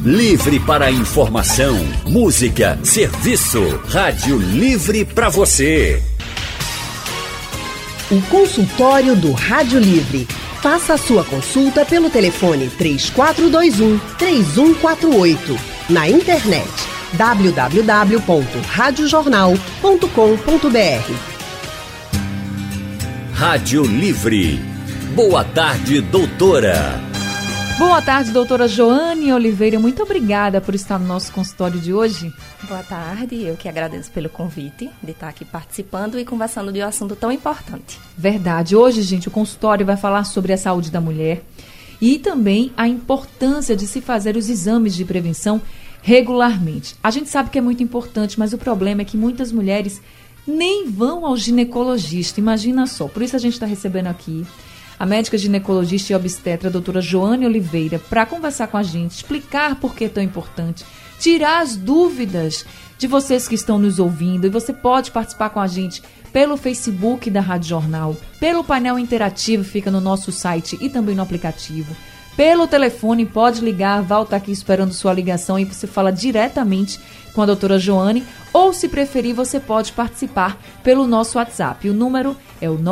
Livre para informação, música, serviço. Rádio Livre para você. O consultório do Rádio Livre. Faça a sua consulta pelo telefone 3421-3148. Na internet www.radiojornal.com.br. Rádio Livre. Boa tarde, doutora. Boa tarde, doutora Joane Oliveira. Muito obrigada por estar no nosso consultório de hoje. Boa tarde, eu que agradeço pelo convite de estar aqui participando e conversando de um assunto tão importante. Verdade. Hoje, gente, o consultório vai falar sobre a saúde da mulher e também a importância de se fazer os exames de prevenção regularmente. A gente sabe que é muito importante, mas o problema é que muitas mulheres nem vão ao ginecologista. Imagina só. Por isso a gente está recebendo aqui a médica ginecologista e obstetra, a doutora Joane Oliveira, para conversar com a gente, explicar por que é tão importante, tirar as dúvidas de vocês que estão nos ouvindo. E você pode participar com a gente pelo Facebook da Rádio Jornal, pelo painel interativo, fica no nosso site e também no aplicativo. Pelo telefone, pode ligar, Val está aqui esperando sua ligação e você fala diretamente com a doutora Joane, ou se preferir, você pode participar pelo nosso WhatsApp. O número é o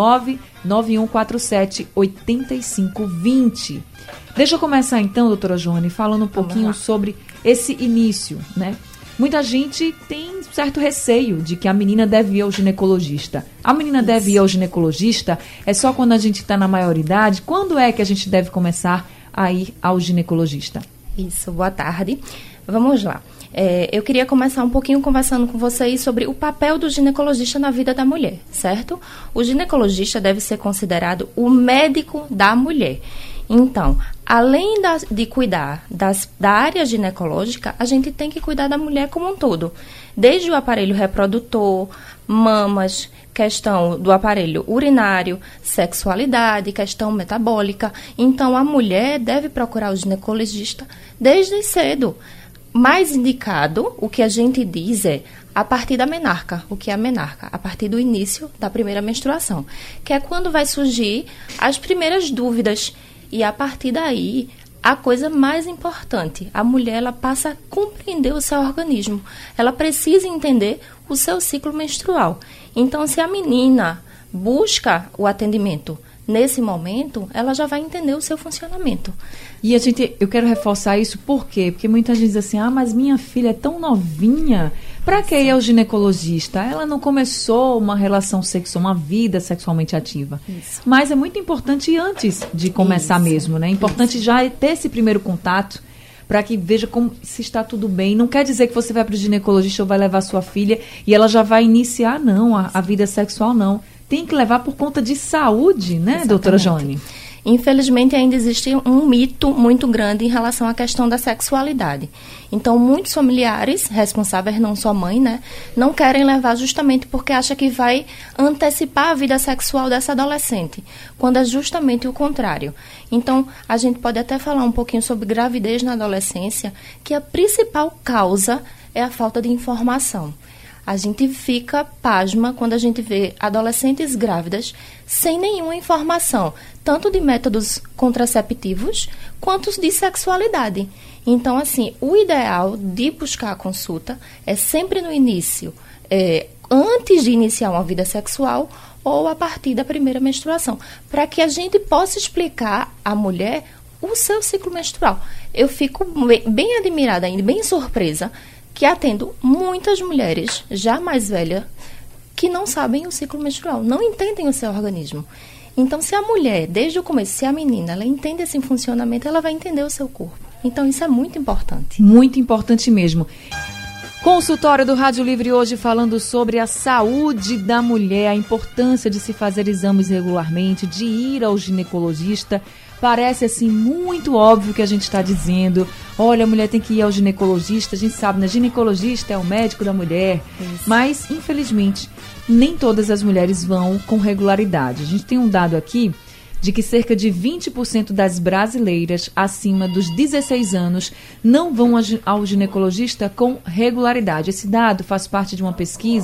99147-8520. Deixa eu começar então, doutora Joane, falando um pouquinho sobre esse início, né? Muita gente tem certo receio de que a menina deve ir ao ginecologista. A menina deve ir ao ginecologista é só quando a gente está na maioridade? Quando é que a gente deve começar a ir ao ginecologista? Isso, boa tarde. Vamos lá. Eu queria começar um pouquinho conversando com vocês sobre o papel do ginecologista na vida da mulher, certo? O ginecologista deve ser considerado o médico da mulher. Então, além de cuidar da área ginecológica, a gente tem que cuidar da mulher como um todo. Desde o aparelho reprodutor, mamas, questão do aparelho urinário, sexualidade, questão metabólica. Então, a mulher deve procurar o ginecologista desde cedo. Mais indicado, o que a gente diz é a partir da menarca. O que é a menarca? A partir do início da primeira menstruação, que é quando vai surgir as primeiras dúvidas. E a partir daí, a coisa mais importante, a mulher ela passa a compreender o seu organismo. Ela precisa entender o seu ciclo menstrual. Então, se a menina busca o atendimento nesse momento, ela já vai entender o seu funcionamento. E eu quero reforçar isso, por quê? Porque muita gente diz assim, mas minha filha é tão novinha, para que ir ao ginecologista? Ela não começou uma relação sexual, uma vida sexualmente ativa. Isso. Mas é muito importante antes de começar mesmo, né? É importante já ter esse primeiro contato, para que veja se está tudo bem. Não quer dizer que você vai para o ginecologista ou vai levar sua filha e ela já vai iniciar, não, a vida sexual, não. Tem que levar por conta de saúde, né, exatamente, doutora Joane? Infelizmente, ainda existe um mito muito grande em relação à questão da sexualidade. Então, muitos familiares, responsáveis, não só mãe, né, não querem levar justamente porque acha que vai antecipar a vida sexual dessa adolescente, quando é justamente o contrário. Então, a gente pode até falar um pouquinho sobre gravidez na adolescência, que a principal causa é a falta de informação. A gente fica pasma quando a gente vê adolescentes grávidas sem nenhuma informação, tanto de métodos contraceptivos quanto de sexualidade. Então, assim, o ideal de buscar a consulta é sempre no início, antes de iniciar uma vida sexual ou a partir da primeira menstruação, para que a gente possa explicar à mulher o seu ciclo menstrual. Eu fico bem admirada ainda, bem surpresa, que atendo muitas mulheres já mais velhas que não sabem o ciclo menstrual, não entendem o seu organismo. Então, se a mulher, desde o começo, se a menina, ela entende esse funcionamento, ela vai entender o seu corpo. Então, isso é muito importante. Muito importante mesmo. Consultório do Rádio Livre hoje falando sobre a saúde da mulher, a importância de se fazer exames regularmente, de ir ao ginecologista. Parece assim muito óbvio que a gente está dizendo, olha, a mulher tem que ir ao ginecologista, a gente sabe, né? Ginecologista é o médico da mulher, isso. Mas infelizmente nem todas as mulheres vão com regularidade. A gente tem um dado aqui de que cerca de 20% das brasileiras acima dos 16 anos não vão ao ginecologista com regularidade. Esse dado faz parte de uma pesquisa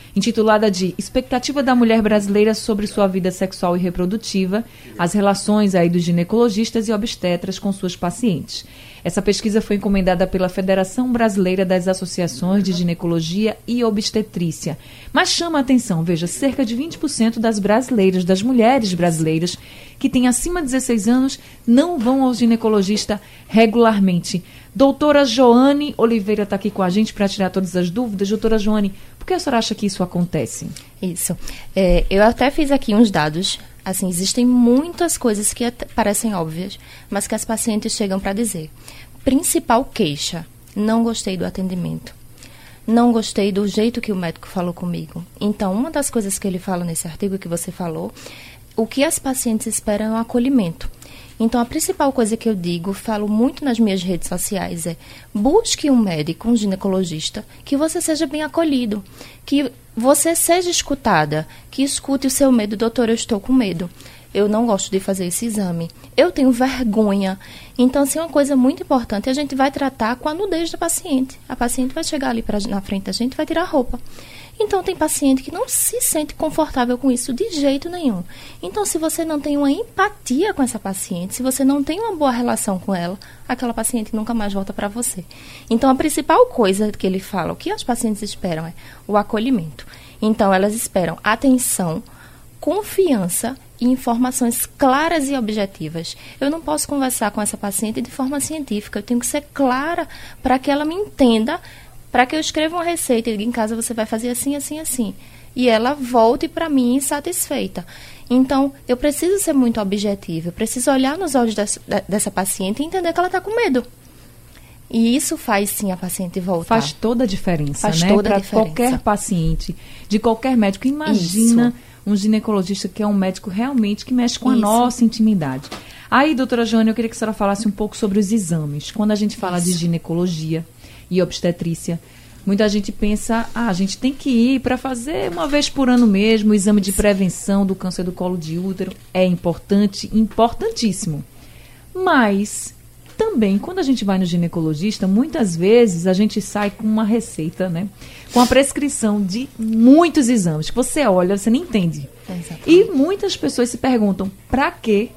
intitulada de Expectativa da Mulher Brasileira sobre sua vida sexual e reprodutiva, as relações aí dos ginecologistas e obstetras com suas pacientes. Essa pesquisa foi encomendada pela Federação Brasileira das Associações de Ginecologia e Obstetrícia. Mas chama a atenção, veja, cerca de 20% das brasileiras, das mulheres brasileiras que têm acima de 16 anos, não vão ao ginecologista regularmente. Doutora Joane Oliveira está aqui com a gente para tirar todas as dúvidas. Doutora Joane, por que a senhora acha que isso acontece? Isso. Eu até fiz aqui uns dados. Assim, existem muitas coisas que parecem óbvias, mas que as pacientes chegam para dizer. Principal queixa: não gostei do atendimento. Não gostei do jeito que o médico falou comigo. Então, uma das coisas que ele fala nesse artigo que você falou, o que as pacientes esperam é o acolhimento. Então, a principal coisa que eu digo, falo muito nas minhas redes sociais, é: busque um médico, um ginecologista, que você seja bem acolhido, que você seja escutada, que escute o seu medo. Doutor, eu estou com medo, eu não gosto de fazer esse exame, eu tenho vergonha. Então, assim, uma coisa muito importante, a gente vai tratar com a nudez da paciente. A paciente vai chegar ali na frente da gente e vai tirar a roupa. Então, tem paciente que não se sente confortável com isso de jeito nenhum. Então, se você não tem uma empatia com essa paciente, se você não tem uma boa relação com ela, aquela paciente nunca mais volta para você. Então, a principal coisa que ele fala, o que as pacientes esperam é o acolhimento. Então, elas esperam atenção, confiança e informações claras e objetivas. Eu não posso conversar com essa paciente de forma científica, eu tenho que ser clara para que ela me entenda, para que eu escreva uma receita e diga: em casa você vai fazer assim, assim, assim. E ela volte para mim insatisfeita. Então, eu preciso ser muito objetiva, eu preciso olhar nos olhos dessa paciente e entender que ela está com medo. E isso faz, sim, a paciente voltar. Faz toda a diferença, faz né? Toda a Para diferença. Qualquer paciente, de qualquer médico. Imagina isso. Um ginecologista que é um médico realmente que mexe com a nossa intimidade. Aí, doutora Joane, eu queria que a senhora falasse um pouco sobre os exames. Quando a gente fala de ginecologia e obstetrícia, muita gente pensa: a gente tem que ir para fazer uma vez por ano mesmo o exame de prevenção do câncer do colo de útero. É importante, importantíssimo. Mas também, quando a gente vai no ginecologista, muitas vezes a gente sai com uma receita, né? Com a prescrição de muitos exames. Que você olha, você nem entende. Exatamente. E muitas pessoas se perguntam: para que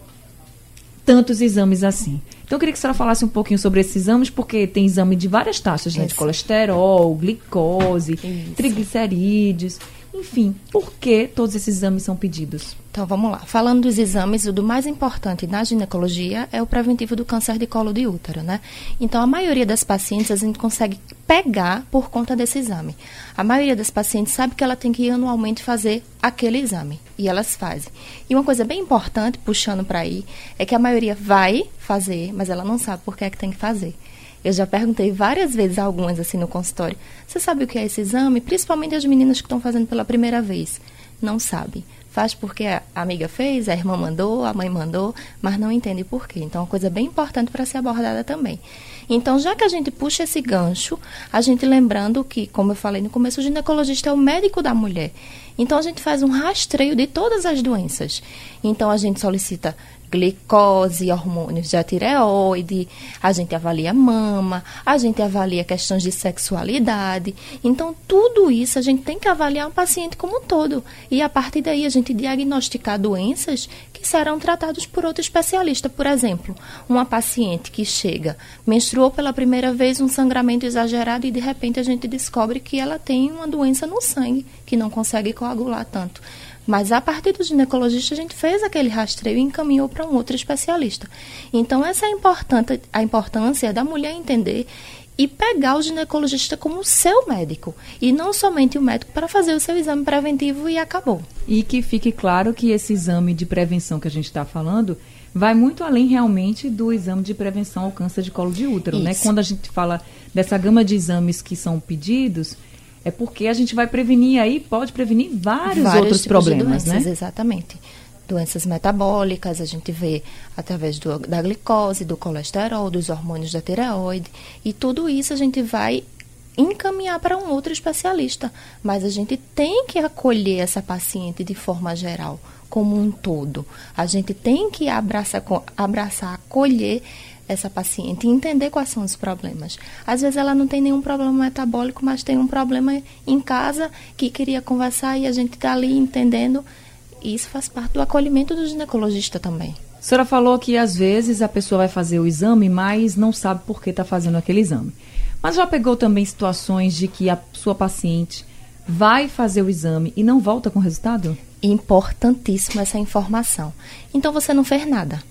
tantos exames assim? Então, eu queria que a senhora falasse um pouquinho sobre esses exames, porque tem exame de várias taxas, né? De colesterol, glicose, triglicerídeos, enfim. Por que todos esses exames são pedidos? Então, vamos lá. Falando dos exames, o do mais importante na ginecologia é o preventivo do câncer de colo de útero, né? Então, a maioria das pacientes a gente consegue pegar por conta desse exame. A maioria das pacientes sabe que ela tem que ir anualmente fazer aquele exame. E elas fazem. E uma coisa bem importante, puxando para aí, é que a maioria vai fazer, mas ela não sabe por que é que tem que fazer. Eu já perguntei várias vezes a algumas assim no consultório: você sabe o que é esse exame? Principalmente as meninas que estão fazendo pela primeira vez. Não sabem. Faz porque a amiga fez, a irmã mandou, a mãe mandou, mas não entende por quê. Então, é uma coisa bem importante para ser abordada também. Então, já que a gente puxa esse gancho, a gente lembrando que, como eu falei no começo, o ginecologista é o médico da mulher. Então, a gente faz um rastreio de todas as doenças. Então, a gente solicita glicose, hormônios da tireoide, a gente avalia a mama, a gente avalia questões de sexualidade. Então, tudo isso a gente tem que avaliar um paciente como um todo. E, a partir daí, a gente diagnosticar doenças que serão tratadas por outro especialista. Por exemplo, uma paciente que chega, menstruou pela primeira vez, um sangramento exagerado e, de repente, a gente descobre que ela tem uma doença no sangue, que não consegue coagular tanto. Mas, a partir do ginecologista, a gente fez aquele rastreio e encaminhou para um outro especialista. Então, essa é a importância da mulher entender e pegar o ginecologista como seu médico. E não somente o médico para fazer o seu exame preventivo e acabou. E que fique claro que esse exame de prevenção que a gente está falando vai muito além realmente do exame de prevenção ao câncer de colo de útero, né? Quando a gente fala dessa gama de exames que são pedidos, é porque a gente vai prevenir aí, pode prevenir vários outros problemas, doenças, né? Exatamente. Doenças metabólicas, a gente vê através da glicose, do colesterol, dos hormônios da tireoide. E tudo isso a gente vai encaminhar para um outro especialista. Mas a gente tem que acolher essa paciente de forma geral, como um todo. A gente tem que abraçar, acolher essa paciente e entender quais são os problemas. Às vezes ela não tem nenhum problema metabólico, mas tem um problema em casa que queria conversar e a gente está ali entendendo. E isso faz parte do acolhimento do ginecologista também. A senhora falou que às vezes a pessoa vai fazer o exame, mas não sabe por que está fazendo aquele exame. Mas já pegou também situações de que a sua paciente vai fazer o exame e não volta com o resultado? Importantíssima essa informação. Então você não fez nada.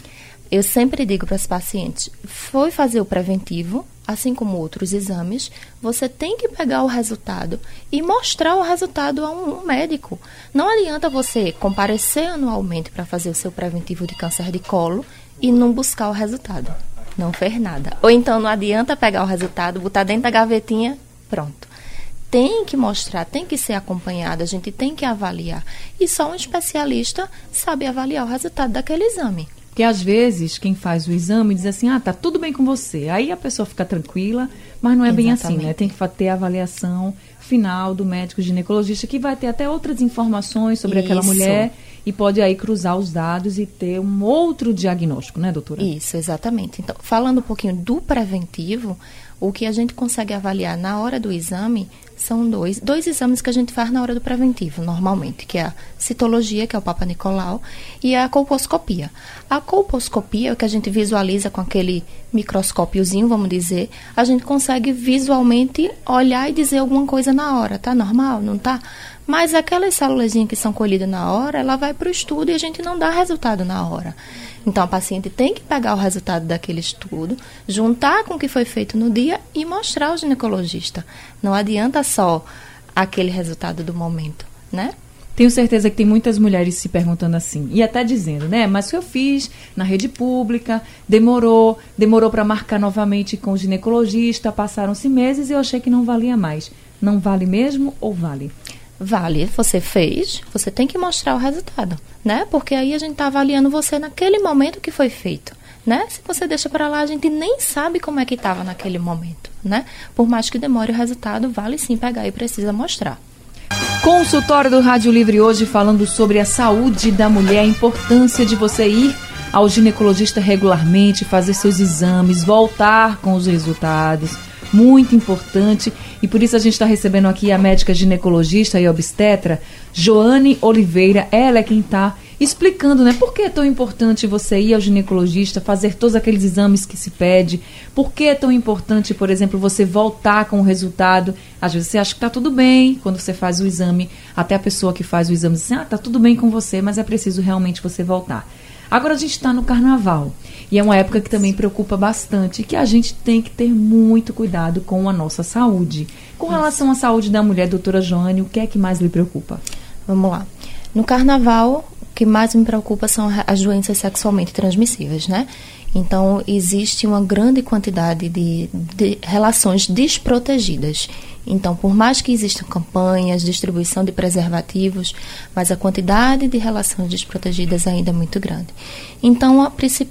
Eu sempre digo para as pacientes, foi fazer o preventivo, assim como outros exames, você tem que pegar o resultado e mostrar o resultado a um médico. Não adianta você comparecer anualmente para fazer o seu preventivo de câncer de colo e não buscar o resultado. Não fez nada. Ou então não adianta pegar o resultado, botar dentro da gavetinha, pronto. Tem que mostrar, tem que ser acompanhado, a gente tem que avaliar. E só um especialista sabe avaliar o resultado daquele exame. Porque às vezes quem faz o exame diz assim, tá tudo bem com você. Aí a pessoa fica tranquila, mas não é bem assim, né? Tem que ter a avaliação final do médico ginecologista, que vai ter até outras informações sobre aquela mulher e pode aí cruzar os dados e ter um outro diagnóstico, né, doutora? Isso, exatamente. Então, falando um pouquinho do preventivo, o que a gente consegue avaliar na hora do exame são dois exames que a gente faz na hora do preventivo, normalmente, que é a citologia, que é o Papa Nicolau, e a colposcopia. A colposcopia, o que a gente visualiza com aquele microscópiozinho, vamos dizer, a gente consegue visualmente olhar e dizer alguma coisa na hora, tá normal, não tá? Mas aquelas célulazinhas que são colhidas na hora, ela vai para o estudo e a gente não dá resultado na hora. Então, a paciente tem que pegar o resultado daquele estudo, juntar com o que foi feito no dia e mostrar ao ginecologista. Não adianta só aquele resultado do momento, né? Tenho certeza que tem muitas mulheres se perguntando assim, e até dizendo, né, mas se eu fiz na rede pública, demorou para marcar novamente com o ginecologista, passaram-se meses e eu achei que não valia mais. Não vale mesmo ou vale? Vale, você fez, você tem que mostrar o resultado, né? Porque aí a gente está avaliando você naquele momento que foi feito, né? Se você deixa para lá, a gente nem sabe como é que estava naquele momento, né? Por mais que demore o resultado, vale sim pegar e precisa mostrar. Consultório do Rádio Livre hoje falando sobre a saúde da mulher, a importância de você ir ao ginecologista regularmente, fazer seus exames, voltar com os resultados. Muito importante, e por isso a gente está recebendo aqui a médica ginecologista e obstetra, Joane Oliveira. Ela é quem está explicando, né, por que é tão importante você ir ao ginecologista, fazer todos aqueles exames que se pede, por que é tão importante, por exemplo, você voltar com o resultado. Às vezes você acha que está tudo bem, quando você faz o exame, até a pessoa que faz o exame diz assim, está tudo bem com você, mas é preciso realmente você voltar. Agora a gente está no carnaval e é uma época que também preocupa bastante, que a gente tem que ter muito cuidado com a nossa saúde. Com relação à saúde da mulher, doutora Joane, o que é que mais lhe preocupa? Vamos lá. No carnaval, o que mais me preocupa são as doenças sexualmente transmissíveis, né? Então, existe uma grande quantidade de relações desprotegidas. Então, por mais que existam campanhas, distribuição de preservativos, mas a quantidade de relações desprotegidas ainda é muito grande. Então,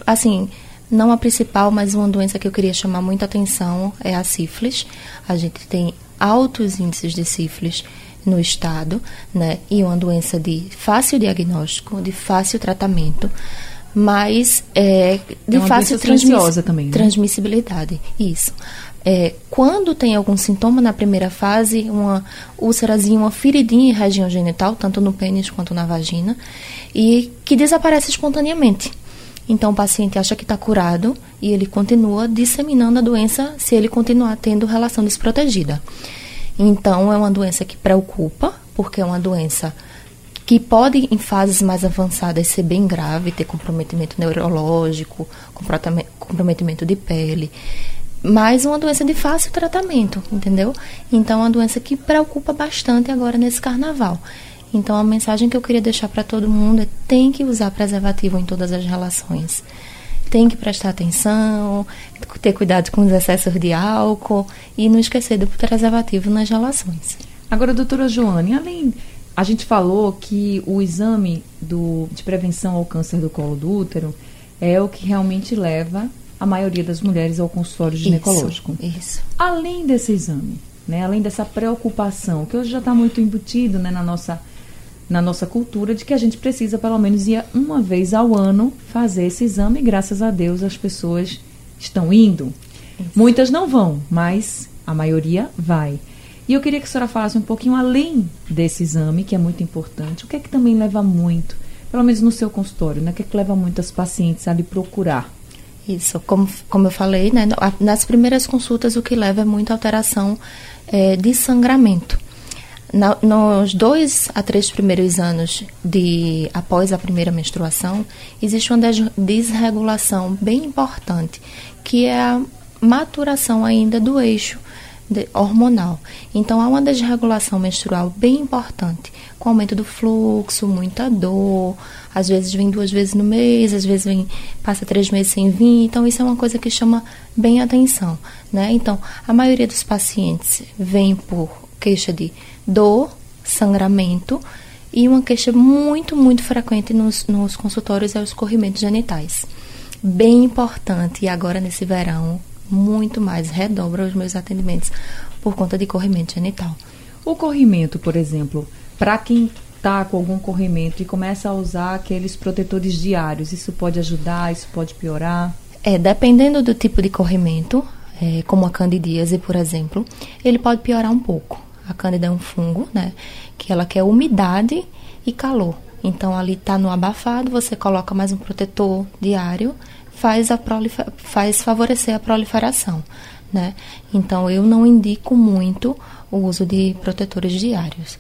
não a principal, mas uma doença que eu queria chamar muita atenção é a sífilis. A gente tem altos índices de sífilis no estado, né? E uma doença de fácil diagnóstico, de fácil tratamento, mas de fácil também, né? Transmissibilidade. Isso. Quando tem algum sintoma na primeira fase, uma úlcerazinha, uma feridinha em região genital, tanto no pênis quanto na vagina, e que desaparece espontaneamente. Então, o paciente acha que está curado e ele continua disseminando a doença se ele continuar tendo relação desprotegida. Então, é uma doença que preocupa, porque é uma doença que pode, em fases mais avançadas, ser bem grave, ter comprometimento neurológico, comprometimento de pele, mas uma doença de fácil tratamento, entendeu? Então, é uma doença que preocupa bastante agora nesse carnaval. Então, a mensagem que eu queria deixar para todo mundo é: tem que usar preservativo em todas as relações. Tem que prestar atenção, ter cuidado com os excessos de álcool e não esquecer do preservativo nas relações. Agora, doutora Joane, a gente falou que o exame de prevenção ao câncer do colo do útero é o que realmente leva a maioria das mulheres ao consultório ginecológico. Isso. Além desse exame, né, além dessa preocupação, que hoje já está muito embutido, né, na nossa cultura, de que a gente precisa pelo menos ir uma vez ao ano fazer esse exame, e graças a Deus as pessoas estão indo? Isso. Muitas não vão, mas a maioria vai. E eu queria que a senhora falasse um pouquinho além desse exame, que é muito importante. O que é que também leva muito, pelo menos no seu consultório, né? O que é que leva muito as pacientes a lhe procurar? Isso, como eu falei, né? Nas primeiras consultas o que leva é muita alteração de sangramento. Nos 2 a 3 primeiros anos após a primeira menstruação, existe uma desregulação bem importante, que é a maturação ainda do eixo hormonal. Então, há uma desregulação menstrual bem importante, com aumento do fluxo, muita dor, às vezes vem 2 vezes no mês, às vezes passa 3 meses sem vir. Então, isso é uma coisa que chama bem atenção, né? Então, a maioria dos pacientes vem por queixa de dor, sangramento, e uma queixa muito, muito frequente nos consultórios é os corrimentos genitais. Bem importante, e agora nesse verão, muito mais, redobra os meus atendimentos por conta de corrimento genital. O corrimento, por exemplo, para quem está com algum corrimento e começa a usar aqueles protetores diários, isso pode ajudar, isso pode piorar? Dependendo do tipo de corrimento, como a candidíase, por exemplo, ele pode piorar um pouco. A cândida é um fungo, né, que ela quer umidade e calor. Então, ali está no abafado, você coloca mais um protetor diário, faz favorecer a proliferação, né? Então, eu não indico muito o uso de protetores diários.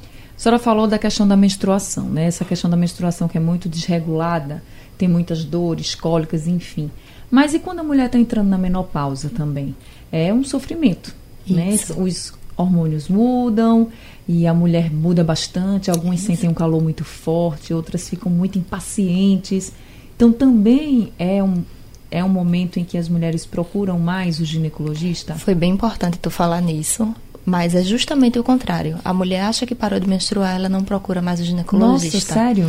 A senhora falou da questão da menstruação, né? Essa questão da menstruação que é muito desregulada, tem muitas dores, cólicas, enfim. Mas e quando a mulher está entrando na menopausa também? É um sofrimento, né? Os hormônios mudam e a mulher muda bastante. Algumas sentem um calor muito forte, outras ficam muito impacientes. Então, também é um momento em que as mulheres procuram mais o ginecologista? Foi bem importante tu falar nisso, mas é justamente o contrário. A mulher acha que parou de menstruar, ela não procura mais o ginecologista. Nossa, sério?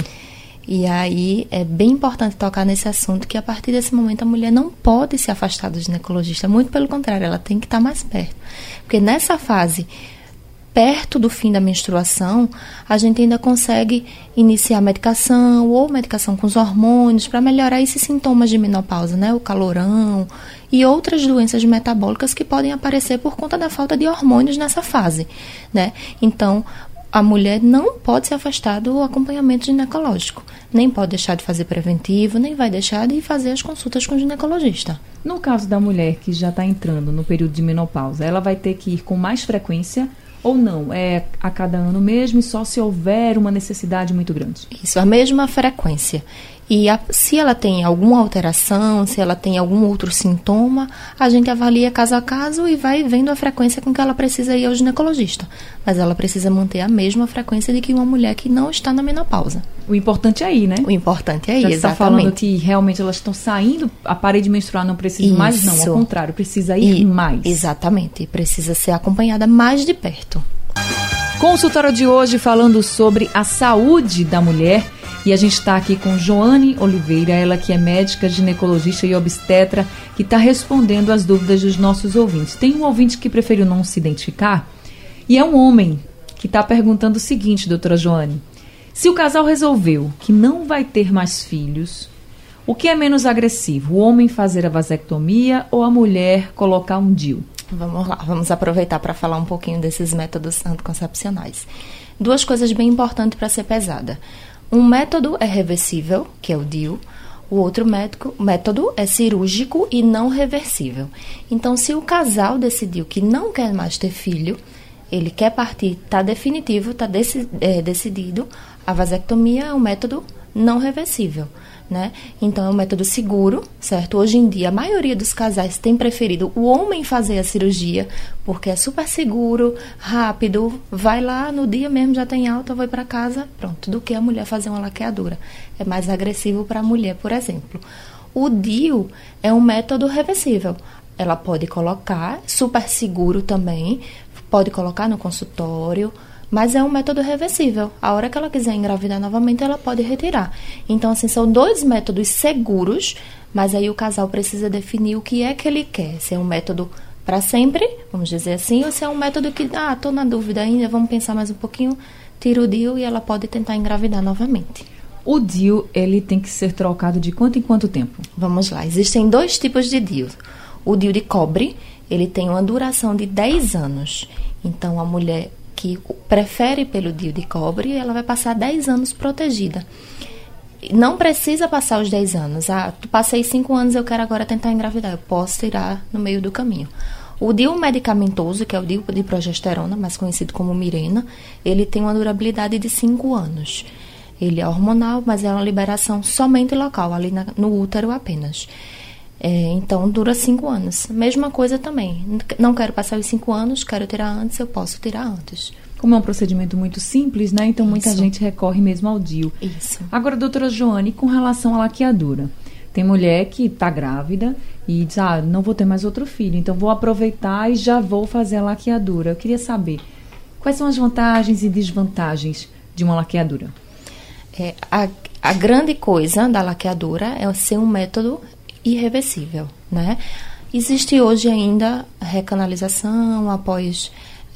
E aí é bem importante tocar nesse assunto, que a partir desse momento a mulher não pode se afastar do ginecologista. Muito pelo contrário, ela tem que estar mais perto. Porque nessa fase, perto do fim da menstruação, a gente ainda consegue iniciar medicação ou medicação com os hormônios para melhorar esses sintomas de menopausa, né? O calorão e outras doenças metabólicas que podem aparecer por conta da falta de hormônios nessa fase, né? Então, a mulher não pode se afastar do acompanhamento ginecológico. Nem pode deixar de fazer preventivo, nem vai deixar de fazer as consultas com o ginecologista. No caso da mulher que já está entrando no período de menopausa, ela vai ter que ir com mais frequência ou não? É a cada ano mesmo e só se houver uma necessidade muito grande? Isso, a mesma frequência. E se ela tem alguma alteração, se ela tem algum outro sintoma, a gente avalia caso a caso e vai vendo a frequência com que ela precisa ir ao ginecologista. Mas ela precisa manter a mesma frequência de que uma mulher que não está na menopausa. O importante é ir, né? O importante é ir, já exatamente. Você está falando que realmente elas estão saindo, a parede menstruar não precisa mais, não. Ao contrário, precisa ir mais. Exatamente, precisa ser acompanhada mais de perto. Consultório de hoje falando sobre a saúde da mulher. E a gente está aqui com Joane Oliveira, ela que é médica, ginecologista e obstetra, que está respondendo as dúvidas dos nossos ouvintes. Tem um ouvinte que preferiu não se identificar, e é um homem que está perguntando o seguinte, doutora Joane. Se o casal resolveu que não vai ter mais filhos, o que é menos agressivo? O homem fazer a vasectomia ou a mulher colocar um DIU? Vamos lá, vamos aproveitar para falar um pouquinho desses métodos anticoncepcionais. 2 coisas bem importantes para ser pesada. Um método é reversível, que é o DIU. O outro método é cirúrgico e não reversível. Então, se o casal decidiu que não quer mais ter filho, ele quer partir, está definitivo, está decidido, a vasectomia é um método não reversível, né? Então, é um método seguro, certo? Hoje em dia, a maioria dos casais tem preferido o homem fazer a cirurgia, porque é super seguro, rápido, vai lá, no dia mesmo já tem alta, vai para casa, pronto, do que a mulher fazer uma laqueadura. É mais agressivo para a mulher, por exemplo. O DIU é um método reversível. Ela pode colocar, super seguro também, pode colocar no consultório, mas é um método reversível. A hora que ela quiser engravidar novamente, ela pode retirar. Então, assim, são 2 métodos seguros, mas aí o casal precisa definir o que é que ele quer. Se é um método para sempre, vamos dizer assim, ou se é um método que, tô na dúvida ainda, vamos pensar mais um pouquinho, tira o DIU e ela pode tentar engravidar novamente. O DIU, ele tem que ser trocado de quanto em quanto tempo? Vamos lá, existem 2 tipos de DIU. O DIU de cobre, ele tem uma duração de 10 anos. Então, a mulher que prefere pelo DIU de cobre, ela vai passar 10 anos protegida. Não precisa passar os 10 anos. Tu passei 5 anos, eu quero agora tentar engravidar. Eu posso tirar no meio do caminho. O DIU medicamentoso, que é o DIU de progesterona, mais conhecido como Mirena, ele tem uma durabilidade de 5 anos. Ele é hormonal, mas é uma liberação somente local, ali no útero apenas. Então, dura 5 anos. Mesma coisa também. Não quero passar os 5 anos, quero tirar antes, eu posso tirar antes. Como é um procedimento muito simples, né? Então, muita gente recorre mesmo ao DIU. Isso. Agora, doutora Joane, com relação à laqueadura. Tem mulher que está grávida e diz, não vou ter mais outro filho, então vou aproveitar e já vou fazer a laqueadura. Eu queria saber, quais são as vantagens e desvantagens de uma laqueadura? A grande coisa da laqueadura é ser um método irreversível, né? Existe hoje ainda recanalização após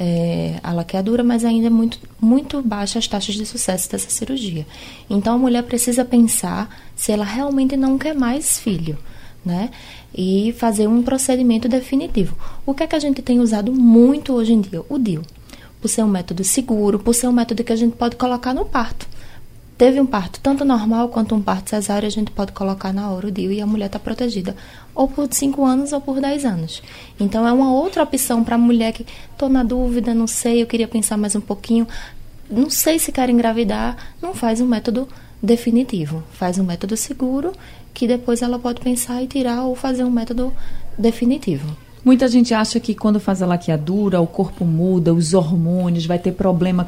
a laqueadura, mas ainda é muito baixas as taxas de sucesso dessa cirurgia. Então, a mulher precisa pensar se ela realmente não quer mais filho, né? E fazer um procedimento definitivo. O que é que a gente tem usado muito hoje em dia? O DIU. Por ser um método seguro, por ser um método que a gente pode colocar no parto. Teve um parto tanto normal quanto um parto cesárea, a gente pode colocar na hora o DIU e a mulher está protegida. Ou por 5 anos ou por 10 anos. Então, é uma outra opção para a mulher que estou na dúvida, não sei, eu queria pensar mais um pouquinho, não sei se quer engravidar, não faz um método definitivo. Faz um método seguro que depois ela pode pensar e tirar ou fazer um método definitivo. Muita gente acha que quando faz a laqueadura, o corpo muda, os hormônios, vai ter problema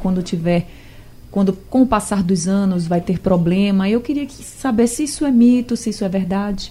com o passar dos anos vai ter problema. Eu queria saber se isso é mito, se isso é verdade.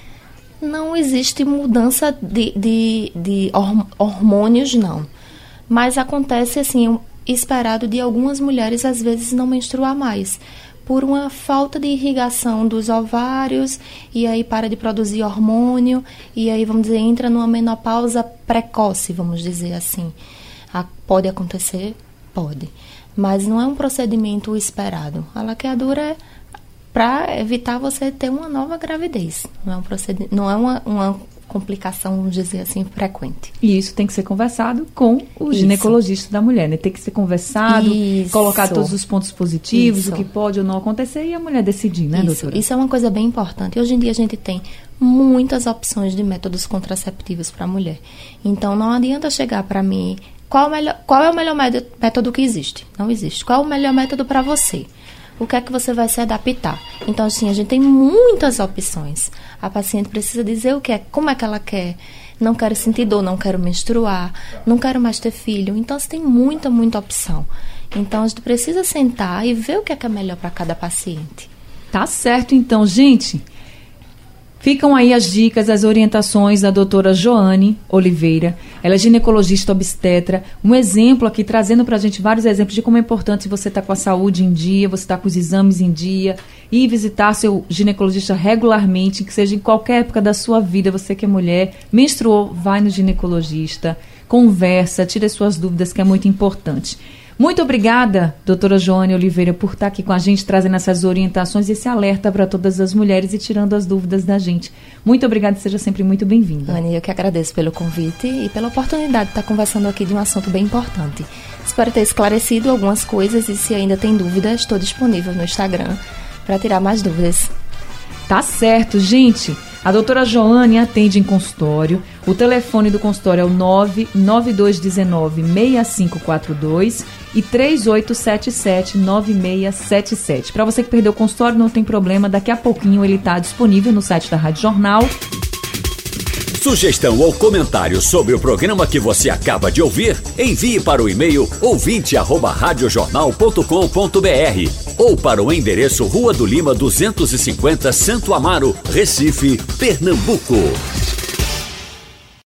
Não existe mudança de hormônios, não. Mas acontece, assim, esperado de algumas mulheres, às vezes, não menstruar mais. Por uma falta de irrigação dos ovários, e aí para de produzir hormônio, e aí, vamos dizer, entra numa menopausa precoce, vamos dizer assim. Pode acontecer? Pode. Mas não é um procedimento esperado. A laqueadura é para evitar você ter uma nova gravidez. Não é uma complicação, vamos dizer assim, frequente. E isso tem que ser conversado com o ginecologista da mulher, né? Tem que ser conversado, colocar todos os pontos positivos, o que pode ou não acontecer e a mulher decidir, né, doutora? Isso é uma coisa bem importante. Hoje em dia a gente tem muitas opções de métodos contraceptivos para a mulher. Então não adianta chegar para mim... Qual é o melhor método que existe? Não existe. Qual é o melhor método para você? O que é que você vai se adaptar? Então, assim, a gente tem muitas opções. A paciente precisa dizer como é que ela quer. Não quero sentir dor, não quero menstruar, não quero mais ter filho. Então, você tem muita opção. Então, a gente precisa sentar e ver o que é melhor para cada paciente. Tá certo, então, gente. Ficam aí as dicas, as orientações da doutora Joane Oliveira. Ela é ginecologista obstetra. Um exemplo aqui, trazendo pra gente vários exemplos de como é importante você estar com a saúde em dia, você estar com os exames em dia e visitar seu ginecologista regularmente, que seja em qualquer época da sua vida. Você que é mulher, menstruou, vai no ginecologista, conversa, tira as suas dúvidas, que é muito importante. Muito obrigada, doutora Joane Oliveira, por estar aqui com a gente, trazendo essas orientações e esse alerta para todas as mulheres e tirando as dúvidas da gente. Muito obrigada e seja sempre muito bem-vinda. Anny, eu que agradeço pelo convite e pela oportunidade de estar conversando aqui de um assunto bem importante. Espero ter esclarecido algumas coisas e se ainda tem dúvidas, estou disponível no Instagram para tirar mais dúvidas. Tá certo, gente. A doutora Joane atende em consultório. O telefone do consultório é o 99219-6542 e 3877-9677. Para você que perdeu o consultório, não tem problema. Daqui a pouquinho ele está disponível no site da Rádio Jornal. Sugestão ou comentário sobre o programa que você acaba de ouvir, envie para o e-mail ouvinte@radiojornal.com.br ou para o endereço Rua do Lima 250, Santo Amaro, Recife, Pernambuco.